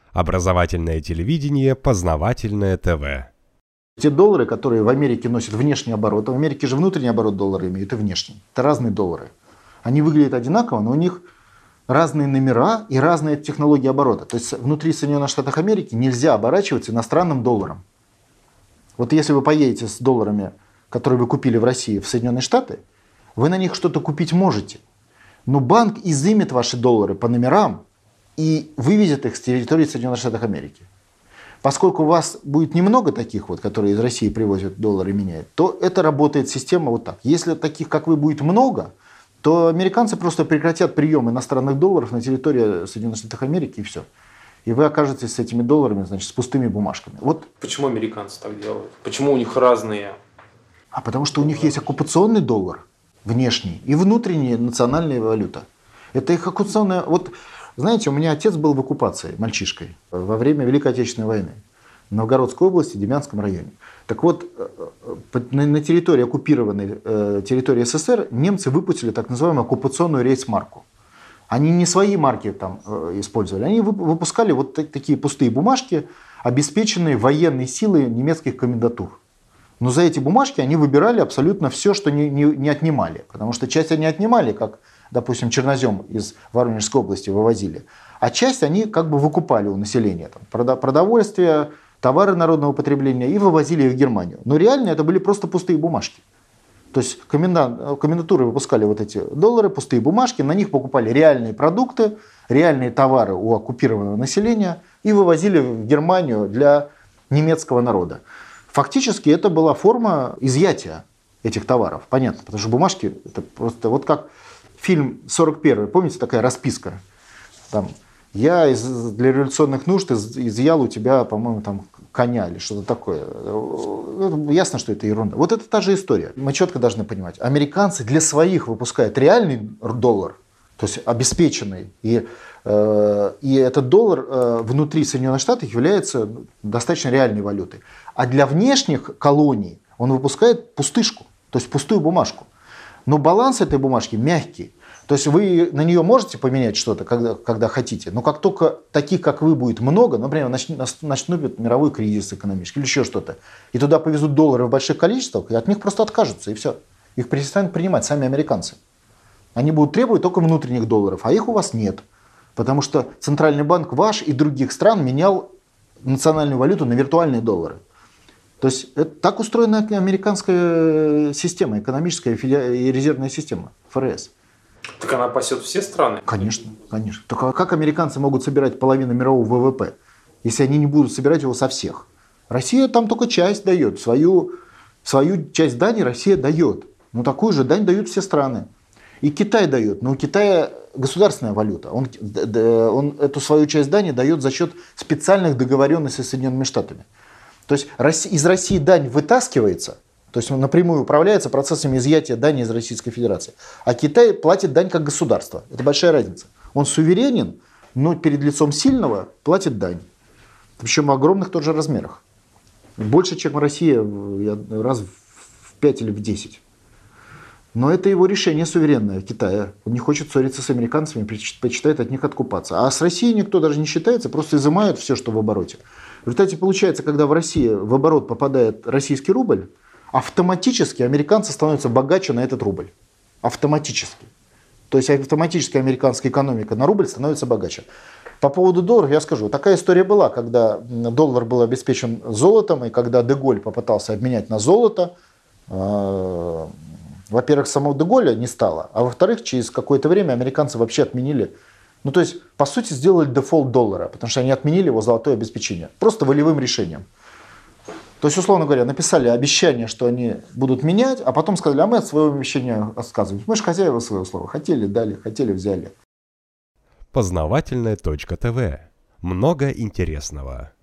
Образовательное телевидение, познавательное ТВ. Те доллары, которые в Америке носят внешний оборот, в Америке же внутренний оборот доллара имеют и внешний. Это разные доллары. Они выглядят одинаково, но у них разные номера и разные технологии оборота. То есть внутри Соединенных Штатов Америки нельзя оборачиваться иностранным долларом. Вот если вы поедете с долларами, которые вы купили в России, в Соединенные Штаты, вы на них что-то купить можете. Но банк изымет ваши доллары по номерам и вывезет их с территории Соединенных Штатов Америки. Поскольку у вас будет немного таких, вот, которые из России привозят доллары и меняют, то это работает система вот так. Если таких, как вы, будет много, то американцы просто прекратят прием иностранных долларов на территории Соединенных Штатов Америки и все. И вы окажетесь с этими долларами, значит, с пустыми бумажками. Вот. Почему американцы так делают? Почему у них разные? А потому что у них есть оккупационный доллар, внешний, и внутренняя национальная валюта. Это их оккупационная... Вот, знаете, у меня отец был в оккупации мальчишкой во время Великой Отечественной войны в Новгородской области, Демянском районе. Так вот, на территории оккупированной территории СССР немцы выпустили так называемую оккупационную рейхсмарку. Они не свои марки там использовали, они выпускали вот такие пустые бумажки, обеспеченные военной силой немецких комендатур. Но за эти бумажки они выбирали абсолютно все, что не отнимали. Потому что часть они отнимали, как, допустим, чернозем из Воронежской области вывозили. А часть они как бы выкупали у населения. Там, продовольствие, товары народного потребления и вывозили их в Германию. Но реально это были просто пустые бумажки. То есть комендатуры выпускали вот эти доллары, пустые бумажки, на них покупали реальные продукты, реальные товары у оккупированного населения и вывозили в Германию для немецкого народа. Фактически это была форма изъятия этих товаров. Понятно, потому что бумажки, это просто вот как фильм 41-й, помните, такая расписка? Там, я для революционных нужд изъял у тебя, по-моему, там коня или что-то такое. Ясно, что это ерунда. Вот это та же история. Мы четко должны понимать. Американцы для своих выпускают реальный доллар, то есть обеспеченный. И этот доллар внутри Соединенных Штатов является достаточно реальной валютой. А для внешних колоний он выпускает пустышку, то есть пустую бумажку. Но баланс этой бумажки мягкий. То есть вы на нее можете поменять что-то, когда хотите, но как только таких, как вы, будет много, например, начнут мировой кризис экономический или еще что-то, и туда повезут доллары в больших количествах, и от них просто откажутся, и все. Их перестанут принимать сами американцы. Они будут требовать только внутренних долларов, а их у вас нет. Потому что Центральный банк ваш и других стран менял национальную валюту на виртуальные доллары. То есть это так устроена американская система, экономическая и резервная система, ФРС. Так она пасет все страны? Конечно, конечно. Только как американцы могут собирать половину мирового ВВП, если они не будут собирать его со всех? Россия там только часть дает, свою часть дани Россия дает. Но такую же дань дают все страны. И Китай дает, но у Китая государственная валюта. Он эту свою часть дани дает за счет специальных договоренностей с Соединенными Штатами. То есть из России дань вытаскивается, то есть он напрямую управляется процессами изъятия дани из Российской Федерации. А Китай платит дань как государство. Это большая разница. Он суверенен, но перед лицом сильного платит дань. Причем в огромных тоже размерах. Больше, чем Россия, раз в 5 или в 10. Но это его решение суверенное Китая. Он не хочет ссориться с американцами, предпочитает от них откупаться. А с Россией никто даже не считается, просто изымают все, что в обороте. В результате получается, когда в России в оборот попадает российский рубль, автоматически американцы становятся богаче на этот рубль. Автоматически. То есть автоматически американская экономика на рубль становится богаче. По поводу доллара я скажу. Такая история была, когда доллар был обеспечен золотом, и когда Де-Голь попытался обменять на золото, во-первых, самого Де-Голля не стало, а во-вторых, через какое-то время американцы вообще отменили, ну то есть, по сути, сделали дефолт доллара, потому что они отменили его золотое обеспечение. Просто волевым решением. То есть, условно говоря, написали обещание, что они будут менять, а потом сказали, а мы от своего обещания отказываемся. Мы же хозяева своего слова. Хотели, дали, хотели, взяли. Познавательное ТВ. Много интересного.